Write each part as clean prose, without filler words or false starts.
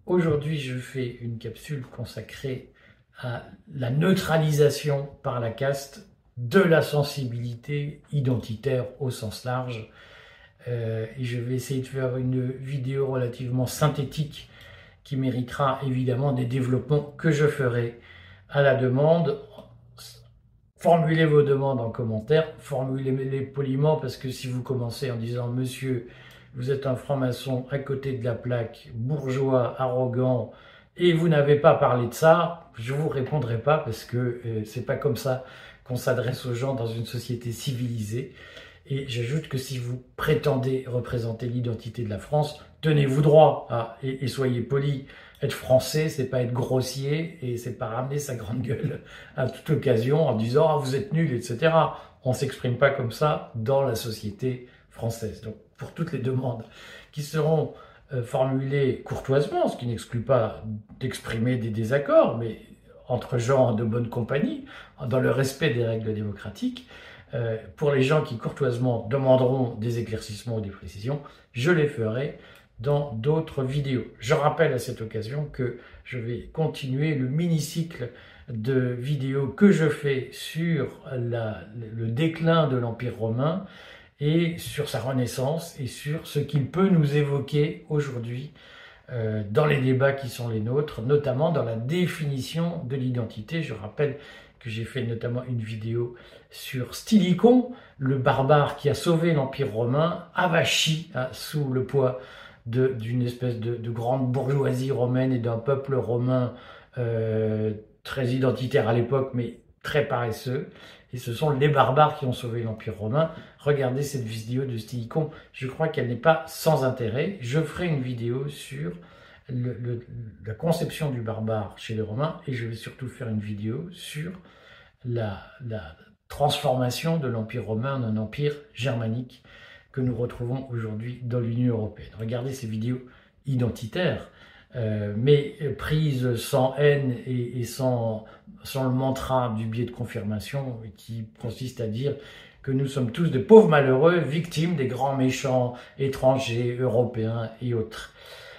Aujourd'hui, je fais une capsule consacrée à la neutralisation par la caste de la sensibilité identitaire au sens large. Et je vais essayer de faire une vidéo relativement synthétique qui méritera évidemment des développements que je ferai à la demande. Formulez vos demandes en commentaire, formulez-les poliment, parce que si vous commencez en disant « Monsieur, vous êtes un franc-maçon à côté de la plaque, bourgeois, arrogant, et vous n'avez pas parlé de ça », je ne vous répondrai pas, parce que c'est pas comme ça qu'on s'adresse aux gens dans une société civilisée. Et j'ajoute que si vous prétendez représenter l'identité de la France, tenez-vous droit et soyez poli. Être français, c'est pas être grossier et c'est pas ramener sa grande gueule à toute occasion en disant « Ah, vous êtes nuls », etc. On s'exprime pas comme ça dans la société française. Donc, pour toutes les demandes qui seront formulées courtoisement, ce qui n'exclut pas d'exprimer des désaccords, mais entre gens de bonne compagnie, dans le respect des règles démocratiques, pour les gens qui courtoisement demanderont des éclaircissements ou des précisions, je les ferai dans d'autres vidéos. Je rappelle à cette occasion que je vais continuer le mini-cycle de vidéos que je fais sur le déclin de l'Empire romain et sur sa renaissance et sur ce qu'il peut nous évoquer aujourd'hui dans les débats qui sont les nôtres, notamment dans la définition de l'identité. Je rappelle que j'ai fait notamment une vidéo sur Stylicon, le barbare qui a sauvé l'Empire romain, avachi sous le poids d'une espèce de grande bourgeoisie romaine et d'un peuple romain très identitaire à l'époque, mais très paresseux. Et ce sont les barbares qui ont sauvé l'Empire romain. Regardez cette vidéo de Stylicon, je crois qu'elle n'est pas sans intérêt. Je ferai une vidéo sur la conception du barbare chez les Romains et je vais surtout faire une vidéo sur la transformation de l'Empire romain en un empire germanique que nous retrouvons aujourd'hui dans l'Union européenne. Regardez ces vidéos identitaires, mais prises sans haine et sans le mantra du biais de confirmation qui consiste à dire que nous sommes tous de pauvres malheureux, victimes des grands méchants étrangers, européens et autres.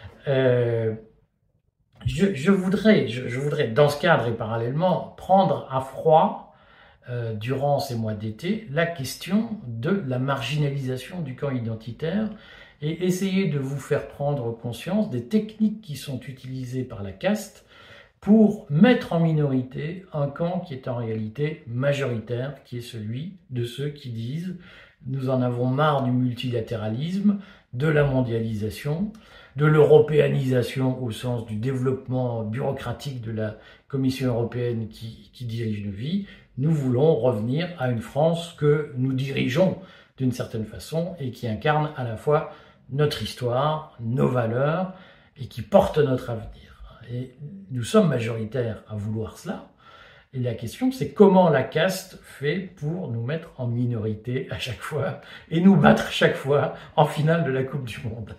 Je voudrais, dans ce cadre et parallèlement, prendre à froid, durant ces mois d'été, la question de la marginalisation du camp identitaire et essayer de vous faire prendre conscience des techniques qui sont utilisées par la caste pour mettre en minorité un camp qui est en réalité majoritaire, qui est celui de ceux qui disent « nous en avons marre du multilatéralisme, de la mondialisation, de l'européanisation au sens du développement bureaucratique de la Commission européenne qui dirige nos vies. Nous voulons revenir à une France que nous dirigeons d'une certaine façon et qui incarne à la fois notre histoire, nos valeurs et qui porte notre avenir. » Et nous sommes majoritaires à vouloir cela. Et la question, c'est comment la caste fait pour nous mettre en minorité à chaque fois et nous battre chaque fois en finale de la Coupe du Monde.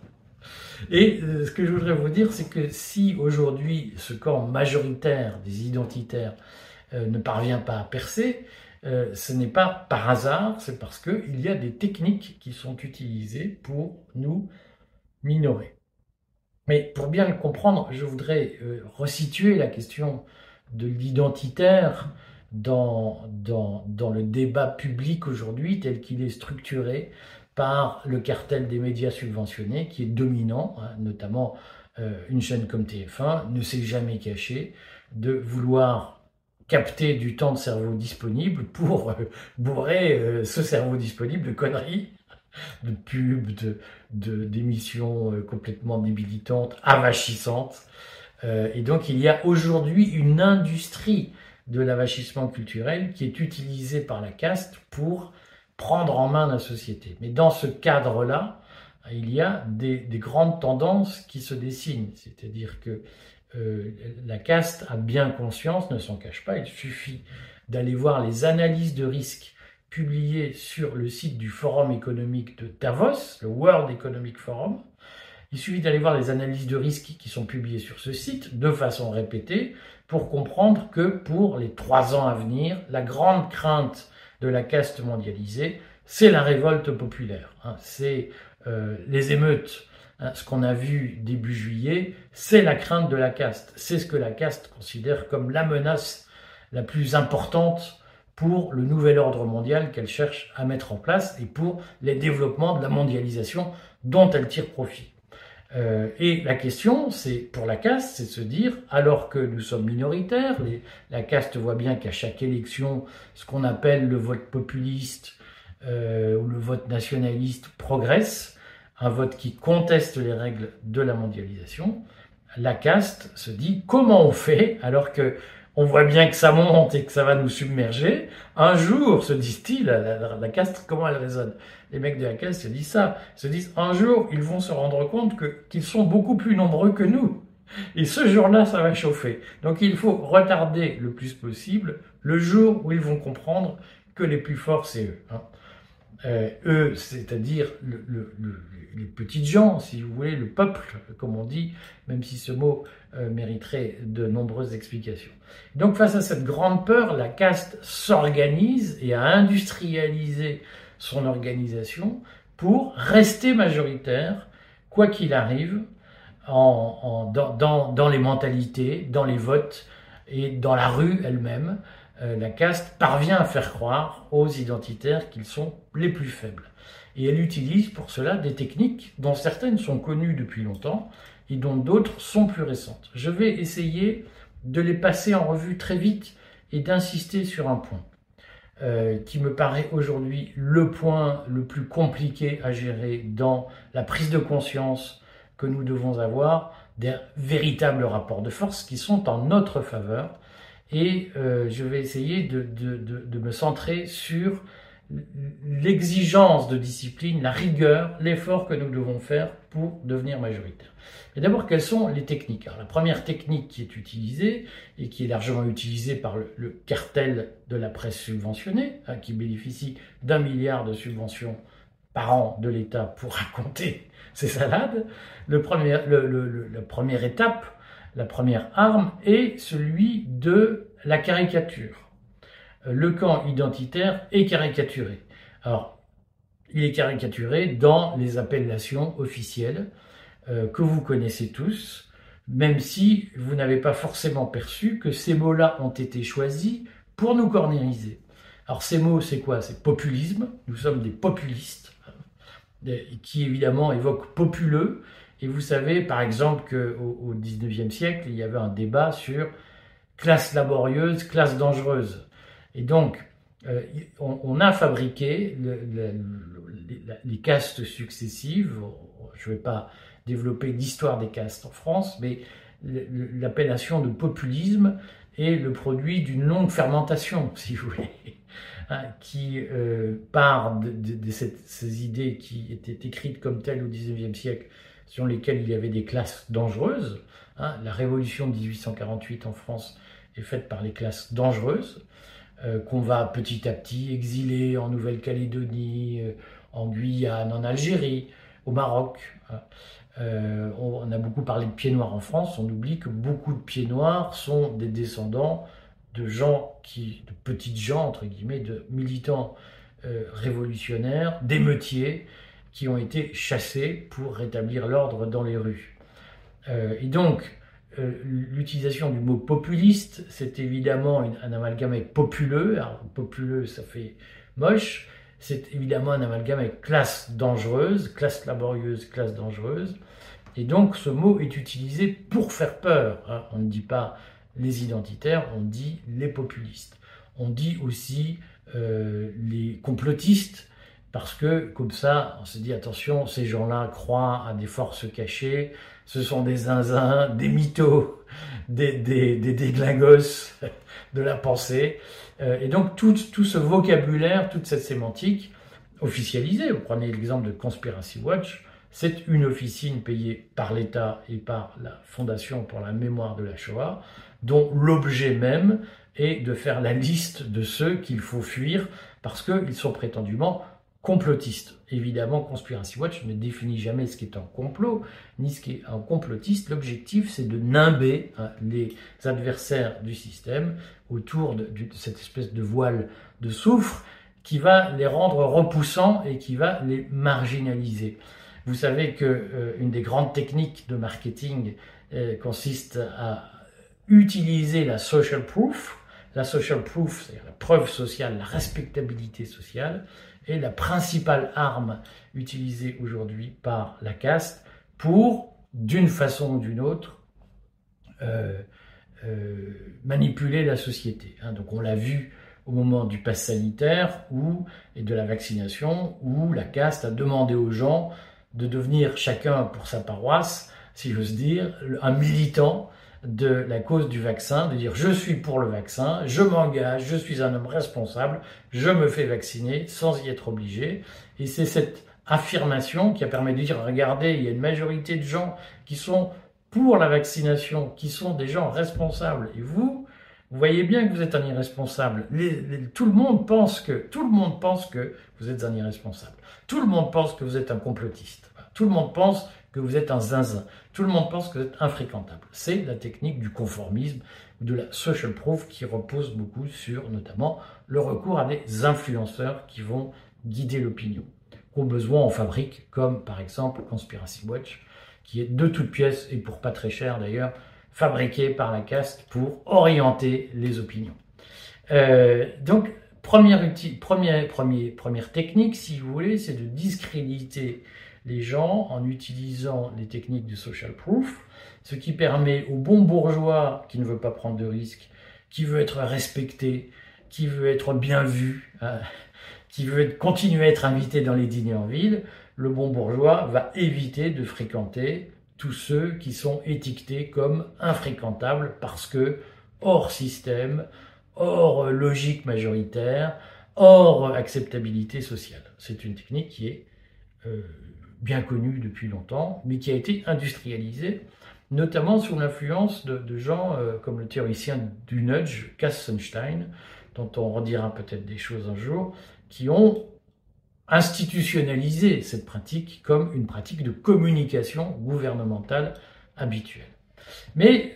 Et ce que je voudrais vous dire, c'est que si aujourd'hui ce camp majoritaire des identitaires ne parvient pas à percer, ce n'est pas par hasard, c'est parce qu'il y a des techniques qui sont utilisées pour nous minorer. Mais pour bien le comprendre, je voudrais resituer la question de l'identitaire dans le débat public aujourd'hui tel qu'il est structuré par le cartel des médias subventionnés qui est dominant, notamment une chaîne comme TF1 ne s'est jamais cachée de vouloir capter du temps de cerveau disponible pour bourrer ce cerveau disponible de conneries, de pubs, d'émissions complètement débilitantes, avachissantes. Et donc il y a aujourd'hui une industrie de l'avachissement culturel qui est utilisée par la caste pour prendre en main la société. Mais dans ce cadre-là, il y a des grandes tendances qui se dessinent. C'est-à-dire que la caste a bien conscience, ne s'en cache pas, il suffit d'aller voir les analyses de risque publiées sur le site du Forum économique de Davos, le World Economic Forum. Il suffit d'aller voir les analyses de risque qui sont publiées sur ce site de façon répétée pour comprendre que pour les 3 ans à venir, la grande crainte de la caste mondialisée, c'est la révolte populaire. C'est les émeutes Ce qu'on a vu début juillet, c'est la crainte de la caste. C'est ce que la caste considère comme la menace la plus importante pour le nouvel ordre mondial qu'elle cherche à mettre en place et pour les développements de la mondialisation dont elle tire profit. Et la question, c'est pour la caste, c'est de se dire, alors que nous sommes minoritaires, la caste voit bien qu'à chaque élection, ce qu'on appelle le vote populiste ou le vote nationaliste progresse, un vote qui conteste les règles de la mondialisation. La caste se dit, comment on fait alors que on voit bien que ça monte et que ça va nous submerger. Un jour, se disent-ils, la caste, comment elle résonne? Les mecs de la caste se disent ça, se disent un jour, ils vont se rendre compte qu'ils sont beaucoup plus nombreux que nous. Et ce jour-là, ça va chauffer. Donc il faut retarder le plus possible le jour où ils vont comprendre que les plus forts, c'est eux. Eux, c'est-à-dire les petites gens, si vous voulez, le peuple, comme on dit, même si ce mot mériterait de nombreuses explications. Donc face à cette grande peur, la caste s'organise et a industrialisé son organisation pour rester majoritaire, quoi qu'il arrive, dans les mentalités, dans les votes et dans la rue elle-même. La caste parvient à faire croire aux identitaires qu'ils sont les plus faibles. Et elle utilise pour cela des techniques dont certaines sont connues depuis longtemps et dont d'autres sont plus récentes. Je vais essayer de les passer en revue très vite et d'insister sur un point qui me paraît aujourd'hui le point le plus compliqué à gérer dans la prise de conscience que nous devons avoir des véritables rapports de force qui sont en notre faveur. Et je vais essayer de me centrer sur l'exigence de discipline, la rigueur, l'effort que nous devons faire pour devenir majoritaire. Et d'abord, quelles sont les techniques? Alors, la première technique qui est utilisée, et qui est largement utilisée par le cartel de la presse subventionnée, qui bénéficie d'1 milliard de subventions par an de l'État pour raconter ses salades, la première étape, la première arme est celui de la caricature. Le camp identitaire est caricaturé. Alors, il est caricaturé dans les appellations officielles que vous connaissez tous, même si vous n'avez pas forcément perçu que ces mots-là ont été choisis pour nous cornériser. Alors ces mots, c'est quoi? C'est populisme, nous sommes des populistes, qui évidemment évoquent populeux. Et vous savez, par exemple, qu'au XIXe siècle, il y avait un débat sur classe laborieuse, classe dangereuse. Et donc, on a fabriqué les castes successives. Je ne vais pas développer l'histoire des castes en France, mais l'appellation de populisme est le produit d'une longue fermentation, si vous voulez, qui part de ces idées qui étaient écrites comme telles au XIXe siècle, sur lesquelles il y avait des classes dangereuses. La révolution de 1848 en France est faite par les classes dangereuses, qu'on va petit à petit exiler en Nouvelle-Calédonie, en Guyane, en Algérie, au Maroc. On a beaucoup parlé de pieds noirs en France, on oublie que beaucoup de pieds noirs sont des descendants de gens de petites gens, entre guillemets, de militants révolutionnaires, d'émeutiers, qui ont été chassés pour rétablir l'ordre dans les rues. Et donc, l'utilisation du mot populiste, c'est évidemment un amalgame avec populeux. Alors, populeux, ça fait moche. C'est évidemment un amalgame avec classe dangereuse, classe laborieuse, classe dangereuse. Et donc, ce mot est utilisé pour faire peur. On ne dit pas les identitaires, on dit les populistes. On dit aussi les complotistes, parce que, comme ça, on se dit, attention, ces gens-là croient à des forces cachées, ce sont des zinzins, des mythos, des déglingos de la pensée. Et donc, tout ce vocabulaire, toute cette sémantique officialisée, vous prenez l'exemple de Conspiracy Watch, c'est une officine payée par l'État et par la Fondation pour la mémoire de la Shoah, dont l'objet même est de faire la liste de ceux qu'il faut fuir parce qu'ils sont prétendument complotistes. Évidemment, Conspiracy Watch ne définit jamais ce qu'est un complot, ni ce qu'est un complotiste. L'objectif, c'est de nimber les adversaires du système autour de cette espèce de voile de soufre qui va les rendre repoussants et qui va les marginaliser. Vous savez que une des grandes techniques de marketing consiste à utiliser la social proof. La social proof, c'est-à-dire la preuve sociale, la respectabilité sociale, est la principale arme utilisée aujourd'hui par la caste pour, d'une façon ou d'une autre, manipuler la société. Donc on l'a vu au moment du pass sanitaire et de la vaccination, où la caste a demandé aux gens de devenir chacun pour sa paroisse, si j'ose dire, un militant de la cause du vaccin, de dire je suis pour le vaccin, je m'engage, je suis un homme responsable, je me fais vacciner sans y être obligé. Et c'est cette affirmation qui a permis de dire regardez, il y a une majorité de gens qui sont pour la vaccination, qui sont des gens responsables. Et vous voyez bien que vous êtes un irresponsable. Tout le monde pense que vous êtes un irresponsable. Tout le monde pense que vous êtes un complotiste. Tout le monde pense que vous êtes un zinzin. Tout le monde pense que vous êtes infréquentable. C'est la technique du conformisme, de la social proof qui repose beaucoup sur notamment le recours à des influenceurs qui vont guider l'opinion. Au besoin, on fabrique, comme par exemple Conspiracy Watch, qui est de toutes pièces, et pour pas très cher d'ailleurs, fabriqué par la caste pour orienter les opinions. Donc, première technique, si vous voulez, c'est de discréditer les gens en utilisant les techniques du social proof, ce qui permet au bon bourgeois qui ne veut pas prendre de risques, qui veut être respecté, qui veut être bien vu, qui veut continuer à être invité dans les dîners en ville, le bon bourgeois va éviter de fréquenter tous ceux qui sont étiquetés comme infréquentables parce que hors système, hors logique majoritaire, hors acceptabilité sociale. C'est une technique qui est bien connue depuis longtemps, mais qui a été industrialisée, notamment sous l'influence de gens comme le théoricien du nudge, Cass Sunstein, dont on redira peut-être des choses un jour, qui ont institutionnalisé cette pratique comme une pratique de communication gouvernementale habituelle. Mais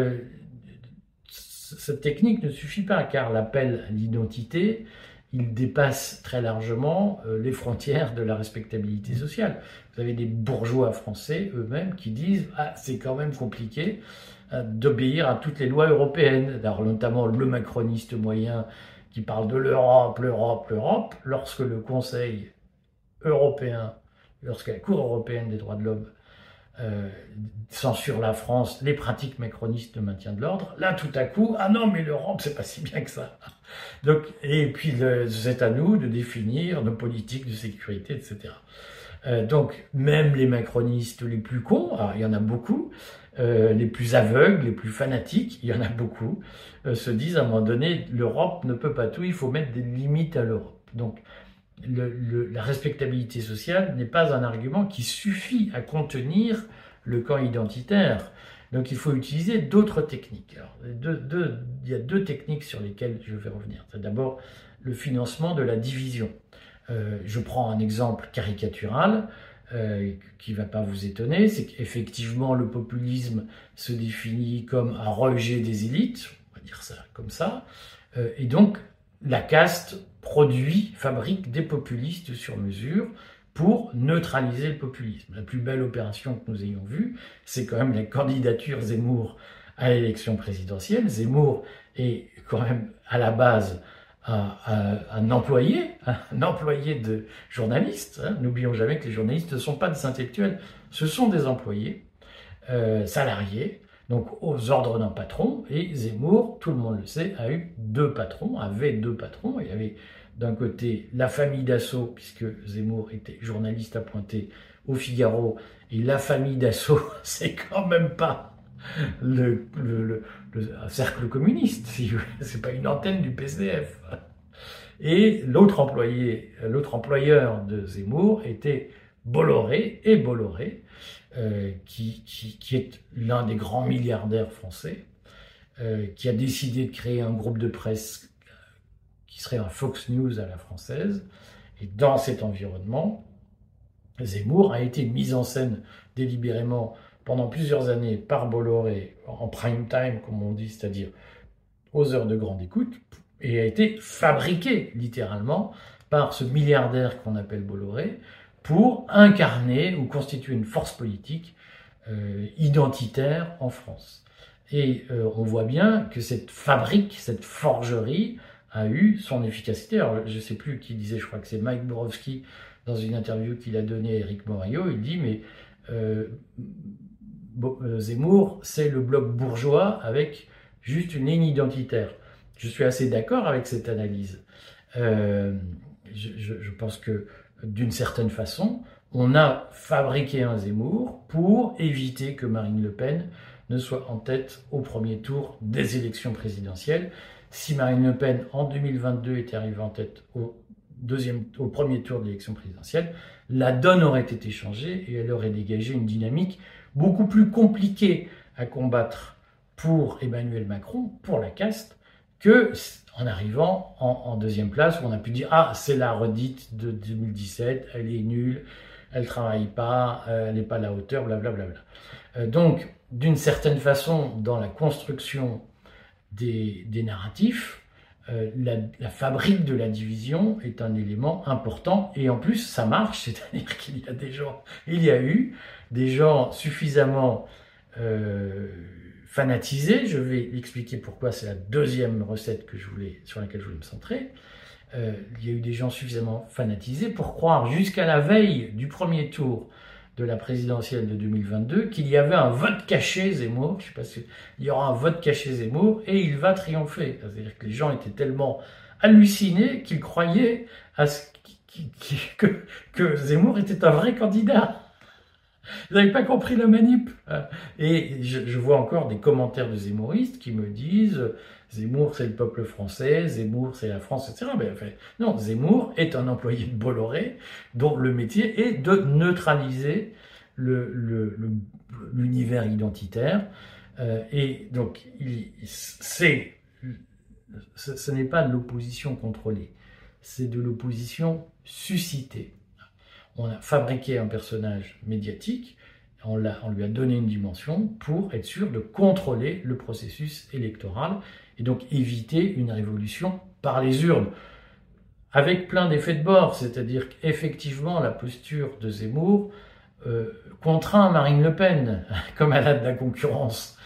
cette technique ne suffit pas, car l'appel à l'identité, il dépasse très largement les frontières de la respectabilité sociale. Vous avez des bourgeois français eux-mêmes qui disent « Ah, c'est quand même compliqué d'obéir à toutes les lois européennes », alors notamment le macroniste moyen qui parle de l'Europe, lorsque le Conseil européen, lorsque la Cour européenne des droits de l'homme censure la France, les pratiques macronistes de maintien de l'ordre, là tout à coup, ah non mais l'Europe c'est pas si bien que ça. Donc, et puis c'est à nous de définir nos politiques de sécurité, etc. Donc même les macronistes les plus cons, il y en a beaucoup, les plus aveugles, les plus fanatiques, il y en a beaucoup, se disent à un moment donné, l'Europe ne peut pas tout, il faut mettre des limites à l'Europe. Donc la respectabilité sociale n'est pas un argument qui suffit à contenir le camp identitaire. Donc il faut utiliser d'autres techniques. Alors, il y a deux techniques sur lesquelles je vais revenir. C'est d'abord le financement de la division. Je prends un exemple caricatural qui ne va pas vous étonner, c'est qu'effectivement le populisme se définit comme un rejet des élites, on va dire ça comme ça, et donc la caste fabrique des populistes sur mesure pour neutraliser le populisme. La plus belle opération que nous ayons vue, c'est quand même la candidature Zemmour à l'élection présidentielle. Zemmour est quand même à la base un employé de journaliste. N'oublions jamais que les journalistes ne sont pas des intellectuels, ce sont des employés salariés, donc aux ordres d'un patron. Et Zemmour, tout le monde le sait, avait deux patrons. Il y avait d'un côté la famille Dassault, puisque Zemmour était journaliste appointé au Figaro, et la famille Dassault, c'est quand même pas le cercle communiste, c'est pas une antenne du PCF. Et l'autre employeur de Zemmour était Bolloré, qui est l'un des grands milliardaires français, qui a décidé de créer un groupe de presse qui serait un Fox News à la française. Et dans cet environnement, Zemmour a été mis en scène délibérément pendant plusieurs années par Bolloré en prime time, comme on dit, c'est-à-dire aux heures de grande écoute, et a été fabriqué littéralement par ce milliardaire qu'on appelle Bolloré pour incarner ou constituer une force politique identitaire en France. Et on voit bien que cette fabrique, cette forgerie a eu son efficacité. Alors, je ne sais plus qui disait, je crois que c'est Mike Borowski, dans une interview qu'il a donnée à Éric Morillo, il dit, mais Zemmour, c'est le bloc bourgeois avec juste une ligne identitaire. Je suis assez d'accord avec cette analyse. Je pense que, d'une certaine façon, on a fabriqué un Zemmour pour éviter que Marine Le Pen ne soit en tête au premier tour des élections présidentielles. Si Marine Le Pen, en 2022, était arrivée en tête au premier tour de l'élection présidentielle, la donne aurait été changée et elle aurait dégagé une dynamique beaucoup plus compliquée à combattre pour Emmanuel Macron, pour la caste, que en arrivant en deuxième place, où on a pu dire « Ah, c'est la redite de 2017, elle est nulle, elle travaille pas, elle n'est pas à la hauteur, blablabla. » Donc, d'une certaine façon, dans la construction des narratifs, la fabrique de la division est un élément important, et en plus, ça marche, c'est-à-dire qu'il y a eu des gens suffisamment fanatisés. Je vais expliquer pourquoi, c'est la deuxième recette sur laquelle je voulais me centrer. Il y a eu des gens suffisamment fanatisés pour croire jusqu'à la veille du premier tour de la présidentielle de 2022 qu'il y avait un vote caché Zemmour. Je ne sais pas si il y aura un vote caché Zemmour et il va triompher. C'est-à-dire que les gens étaient tellement hallucinés qu'ils croyaient que Zemmour était un vrai candidat. Vous n'avez pas compris la manip. Et je vois encore des commentaires de zemmouristes qui me disent Zemmour c'est le peuple français, Zemmour c'est la France, etc. Mais enfin, non, Zemmour est un employé de Bolloré dont le métier est de neutraliser l'univers identitaire. Et donc, ce n'est pas de l'opposition contrôlée, c'est de l'opposition suscitée. On a fabriqué un personnage médiatique, on lui a donné une dimension pour être sûr de contrôler le processus électoral et donc éviter une révolution par les urnes, avec plein d'effets de bord, c'est-à-dire qu'effectivement la posture de Zemmour contraint Marine Le Pen, comme elle a de la concurrence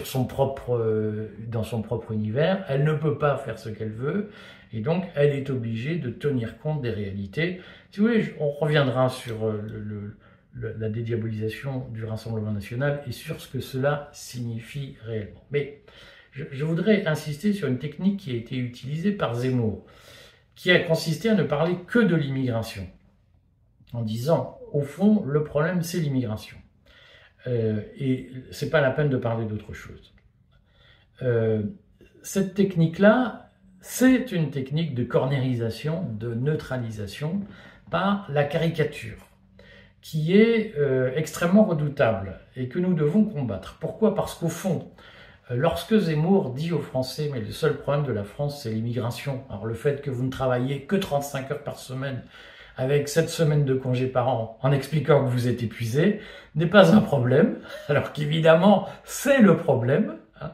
dans son propre univers, elle ne peut pas faire ce qu'elle veut, et donc elle est obligée de tenir compte des réalités. Si vous voulez, on reviendra sur la dédiabolisation du Rassemblement national et sur ce que cela signifie réellement. Mais je voudrais insister sur une technique qui a été utilisée par Zemmour, qui a consisté à ne parler que de l'immigration, en disant, au fond, le problème c'est l'immigration. Et c'est pas la peine de parler d'autre chose. Cette technique-là, c'est une technique de cornérisation, de neutralisation par la caricature, qui est extrêmement redoutable et que nous devons combattre. Pourquoi ? Parce qu'au fond, lorsque Zemmour dit aux Français « mais le seul problème de la France, c'est l'immigration », alors le fait que vous ne travaillez que 35 heures par semaine, avec 7 semaines de congés par an, en expliquant que vous êtes épuisé, n'est pas un problème, alors qu'évidemment, c'est le problème.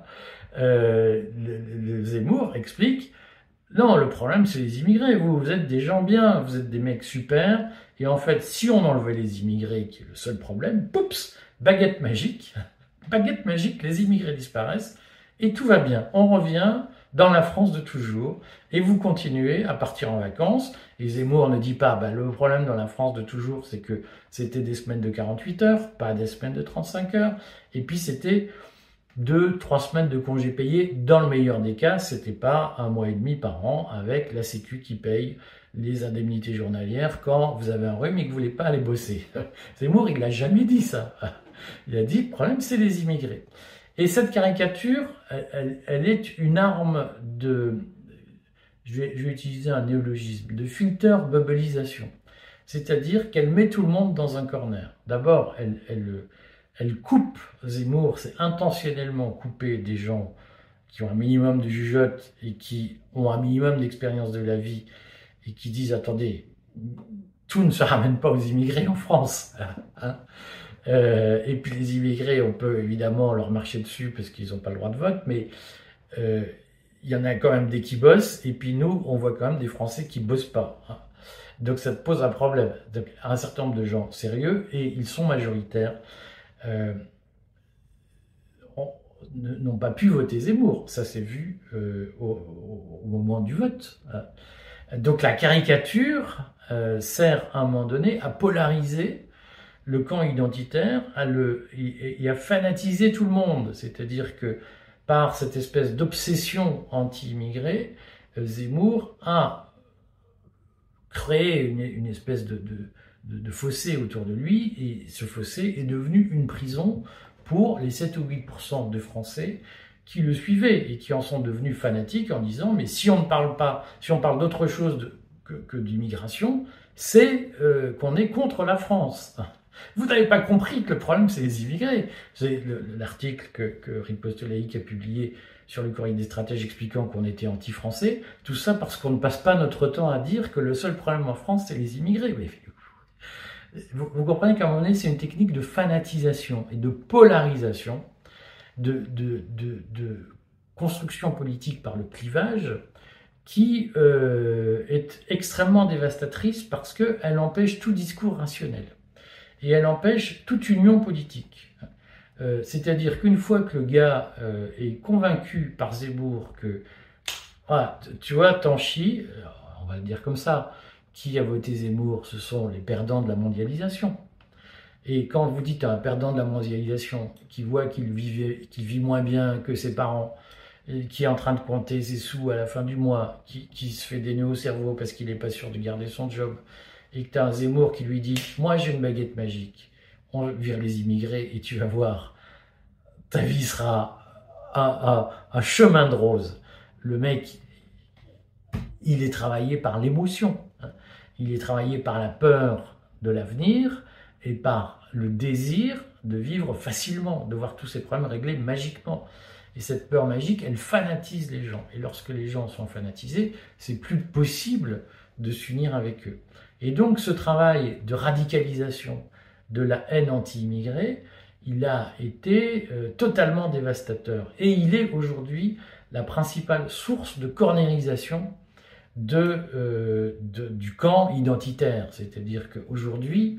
Le Zemmour explique « Non, le problème, c'est les immigrés. Vous êtes des gens bien, vous êtes des mecs super. Et en fait, si on enlevait les immigrés, qui est le seul problème, poups, baguette magique, les immigrés disparaissent et tout va bien. On revient dans la France de toujours et vous continuez à partir en vacances. » Et Zemmour ne dit pas, le problème dans la France de toujours, c'est que c'était des semaines de 48 heures, pas des semaines de 35 heures. Et puis c'était 2-3 semaines de congés payés. Dans le meilleur des cas, c'était pas 1 mois et demi par an avec la Sécu qui paye les indemnités journalières quand vous avez un rhume et que vous voulez pas aller bosser. Zemmour, il l'a jamais dit ça. Il a dit, le problème, c'est les immigrés. Et cette caricature, elle est une arme de, je vais utiliser un néologisme, de filter bubbleisation. C'est-à-dire qu'elle met tout le monde dans un corner. D'abord, elle coupe Zemmour, c'est intentionnellement couper des gens qui ont un minimum de jugeote et qui ont un minimum d'expérience de la vie et qui disent, attendez, tout ne se ramène pas aux immigrés en France. Et puis les immigrés, on peut évidemment leur marcher dessus parce qu'ils n'ont pas le droit de vote, mais il y en a quand même des qui bossent, et puis nous, on voit quand même des Français qui bossent pas. Donc ça te pose un problème. Donc, un certain nombre de gens sérieux, et ils sont majoritaires, n'ont pas pu voter Zemmour. Ça s'est vu au moment du vote. Donc la caricature sert à un moment donné à polariser le camp identitaire et à fanatiser tout le monde. C'est-à-dire que par cette espèce d'obsession anti-immigrée, Zemmour a créé une espèce de fossé autour de lui, et ce fossé est devenu une prison pour les 7 ou 8% de Français qui le suivaient et qui en sont devenus fanatiques en disant mais si on ne parle pas, si on parle d'autre chose que d'immigration, c'est qu'on est contre la France. Vous n'avez pas compris que le problème c'est les immigrés. C'est l'article que Riposte Laïque a publié sur le Courrier des Stratèges expliquant qu'on était anti-français, tout ça parce qu'on ne passe pas notre temps à dire que le seul problème en France c'est les immigrés. Mais vous comprenez qu'à un moment donné c'est une technique de fanatisation et de polarisation, de construction politique par le clivage qui est extrêmement dévastatrice parce qu'elle empêche tout discours rationnel et elle empêche toute union politique. C'est-à-dire qu'une fois que le gars est convaincu par Zemmour que tu vois, t'en chies, on va le dire comme ça, qui a voté Zemmour, ce sont les perdants de la mondialisation. Et quand vous dites à un perdant de la mondialisation qui voit qu'il vit moins bien que ses parents, et qui est en train de compter ses sous à la fin du mois, qui se fait des nœuds au cerveau parce qu'il n'est pas sûr de garder son job, et que tu as un Zemmour qui lui dit « Moi, j'ai une baguette magique, on vire les immigrés et tu vas voir, ta vie sera un chemin de rose. » Le mec, il est travaillé par l'émotion, il est travaillé par la peur de l'avenir et par le désir de vivre facilement, de voir tous ces problèmes réglés magiquement. Et cette peur magique, elle fanatise les gens. Et lorsque les gens sont fanatisés, c'est plus possible de s'unir avec eux. Et donc ce travail de radicalisation de la haine anti-immigrée, il a été totalement dévastateur. Et il est aujourd'hui la principale source de cornérisation du camp identitaire. C'est-à-dire qu'aujourd'hui,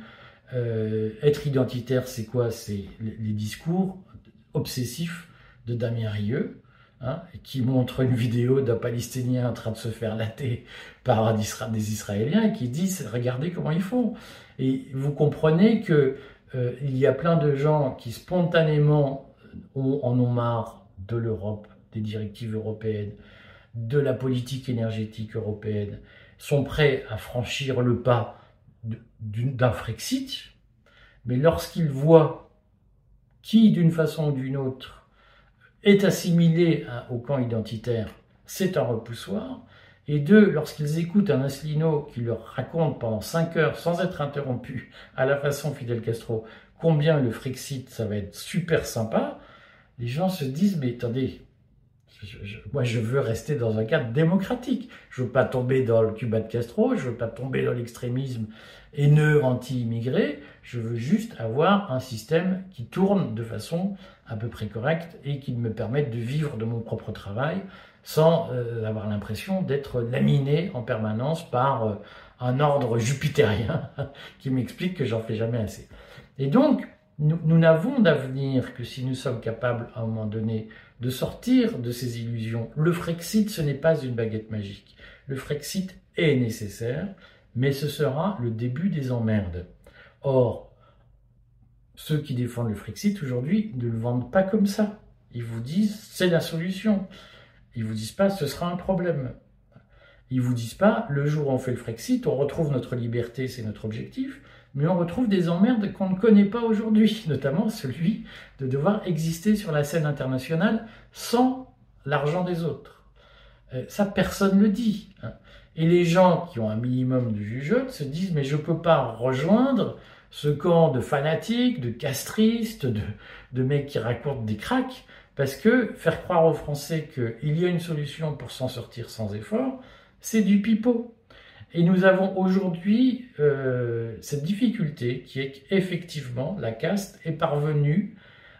être identitaire, c'est quoi? C'est les discours obsessifs de Damien Rieu, qui montre une vidéo d'un Palestinien en train de se faire latter par des Israéliens et qui dit « Regardez comment ils font ». Et vous comprenez que il y a plein de gens qui spontanément en ont marre de l'Europe, des directives européennes, de la politique énergétique européenne, sont prêts à franchir le pas d'un Frexit, mais lorsqu'ils voient qui, d'une façon ou d'une autre, est assimilé au camp identitaire, c'est un repoussoir. Et deux, lorsqu'ils écoutent un Asselineau qui leur raconte pendant 5 heures, sans être interrompu, à la façon Fidel Castro, combien le Frexit, ça va être super sympa, les gens se disent, mais attendez, moi je veux rester dans un cadre démocratique. Je veux pas tomber dans le Cuba de Castro, je veux pas tomber dans l'extrémisme haineux anti-immigré, je veux juste avoir un système qui tourne de façon à peu près correcte et qui me permette de vivre de mon propre travail sans avoir l'impression d'être laminé en permanence par un ordre jupitérien qui m'explique que j'en fais jamais assez. Et donc, nous n'avons d'avenir que si nous sommes capables, à un moment donné, de sortir de ces illusions. Le Frexit, ce n'est pas une baguette magique. Le Frexit est nécessaire, mais ce sera le début des emmerdes. Or, ceux qui défendent le Frexit aujourd'hui ne le vendent pas comme ça. Ils vous disent, c'est la solution. Ils vous disent pas, ce sera un problème. Ils vous disent pas, le jour où on fait le Frexit, on retrouve notre liberté, c'est notre objectif, mais on retrouve des emmerdes qu'on ne connaît pas aujourd'hui, notamment celui de devoir exister sur la scène internationale sans l'argent des autres. Ça, personne ne le dit. Et les gens qui ont un minimum de jugeote se disent, mais je ne peux pas rejoindre ce camp de fanatiques, de castristes, de mecs qui racontent des cracks, parce que faire croire aux Français qu'il y a une solution pour s'en sortir sans effort, c'est du pipeau. Et nous avons aujourd'hui cette difficulté qui est qu'effectivement, la caste est parvenue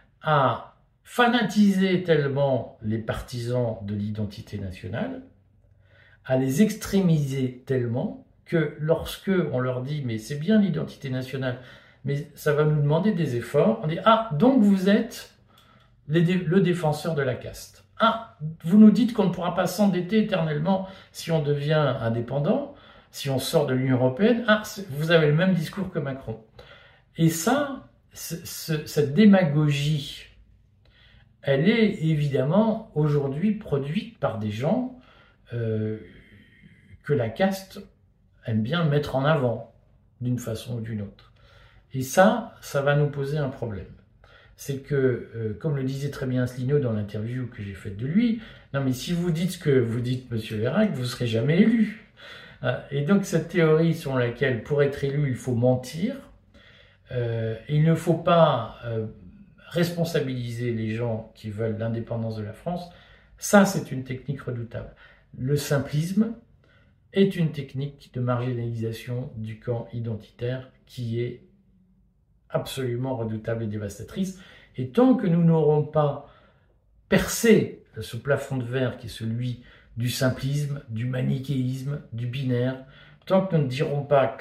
à fanatiser tellement les partisans de l'identité nationale, à les extrémiser tellement que lorsque on leur dit « mais c'est bien l'identité nationale, mais ça va nous demander des efforts », on dit « ah, donc vous êtes le défenseur de la caste. Ah, vous nous dites qu'on ne pourra pas s'endetter éternellement si on devient indépendant, si on sort de l'Union européenne. Ah, vous avez le même discours que Macron. » Et ça, cette démagogie, elle est évidemment aujourd'hui produite par des gens que la caste aime bien mettre en avant d'une façon ou d'une autre. Et ça va nous poser un problème. C'est que, comme le disait très bien Asselineau dans l'interview que j'ai faite de lui, non mais si vous dites ce que vous dites, Monsieur Vérac, vous ne serez jamais élu. Et donc cette théorie selon laquelle pour être élu, il faut mentir, il ne faut pas responsabiliser les gens qui veulent l'indépendance de la France, ça c'est une technique redoutable. Le simplisme est une technique de marginalisation du camp identitaire qui est absolument redoutable et dévastatrice. Et tant que nous n'aurons pas percé ce plafond de verre qui est celui du simplisme, du manichéisme, du binaire, tant que nous ne dirons pas,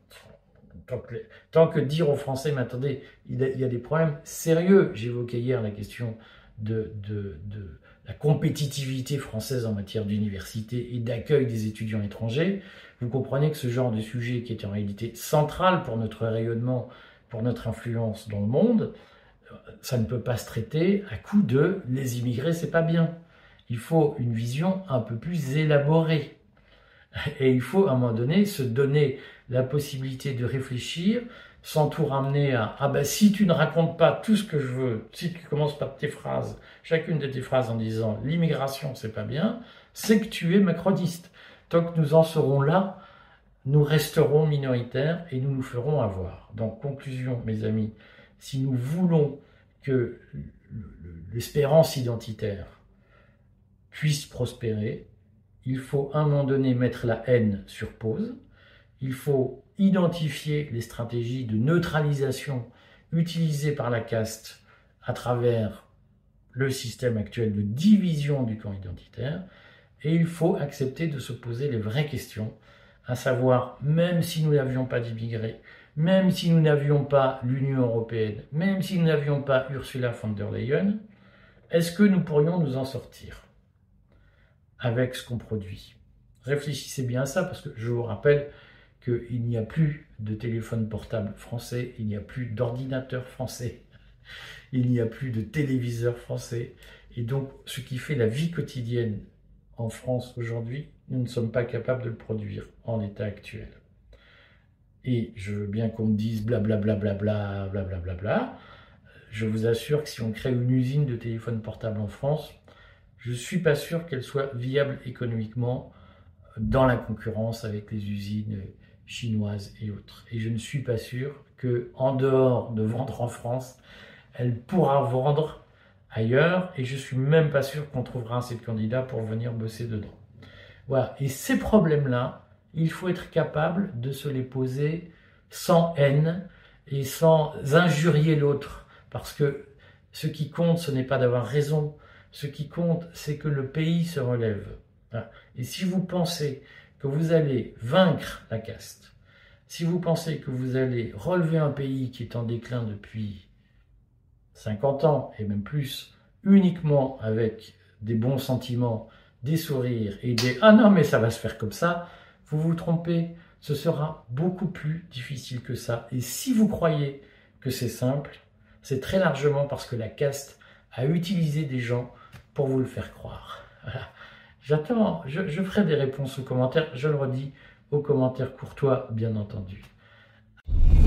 tant que dire aux Français, mais attendez, il y a des problèmes sérieux. J'évoquais hier la question de la compétitivité française en matière d'université et d'accueil des étudiants étrangers. Vous comprenez que ce genre de sujet qui est en réalité central pour notre rayonnement, pour notre influence dans le monde, ça ne peut pas se traiter à coup de « les immigrés, c'est pas bien ». Il faut une vision un peu plus élaborée. Et il faut, à un moment donné, se donner la possibilité de réfléchir sans tout ramener à « ah ben si tu ne racontes pas tout ce que je veux, si tu commences par tes phrases, chacune de tes phrases en disant « l'immigration, c'est pas bien », c'est que tu es macroniste. Tant que nous en serons là, nous resterons minoritaires et nous nous ferons avoir. Donc, conclusion, mes amis, si nous voulons que l'espérance identitaire puisse prospérer, il faut à un moment donné mettre la haine sur pause, il faut identifier les stratégies de neutralisation utilisées par la caste à travers le système actuel de division du camp identitaire, et il faut accepter de se poser les vraies questions, à savoir, même si nous n'avions pas d'immigrés, même si nous n'avions pas l'Union européenne, même si nous n'avions pas Ursula von der Leyen, est-ce que nous pourrions nous en sortir avec ce qu'on produit? Réfléchissez bien à ça, parce que je vous rappelle qu'il n'y a plus de téléphone portable français, il n'y a plus d'ordinateur français, il n'y a plus de téléviseur français, et donc ce qui fait la vie quotidienne en France aujourd'hui, nous ne sommes pas capables de le produire en l'état actuel. Et je veux bien qu'on me dise blablabla, blablabla. Je vous assure que si on crée une usine de téléphones portables en France, je ne suis pas sûr qu'elle soit viable économiquement dans la concurrence avec les usines chinoises et autres. Et je ne suis pas sûr qu'en dehors de vendre en France, elle pourra vendre ailleurs, et je suis même pas sûr qu'on trouvera assez de candidats pour venir bosser dedans. Voilà, et ces problèmes-là, il faut être capable de se les poser sans haine et sans injurier l'autre, parce que ce qui compte, ce n'est pas d'avoir raison, ce qui compte, c'est que le pays se relève. Voilà. Et si vous pensez que vous allez vaincre la caste, si vous pensez que vous allez relever un pays qui est en déclin depuis 50 ans, et même plus, uniquement avec des bons sentiments, des sourires et des « ah non mais ça va se faire comme ça », vous vous trompez, ce sera beaucoup plus difficile que ça. Et si vous croyez que c'est simple, c'est très largement parce que la caste a utilisé des gens pour vous le faire croire. Voilà. J'attends, je ferai des réponses aux commentaires, je le redis, aux commentaires courtois bien entendu.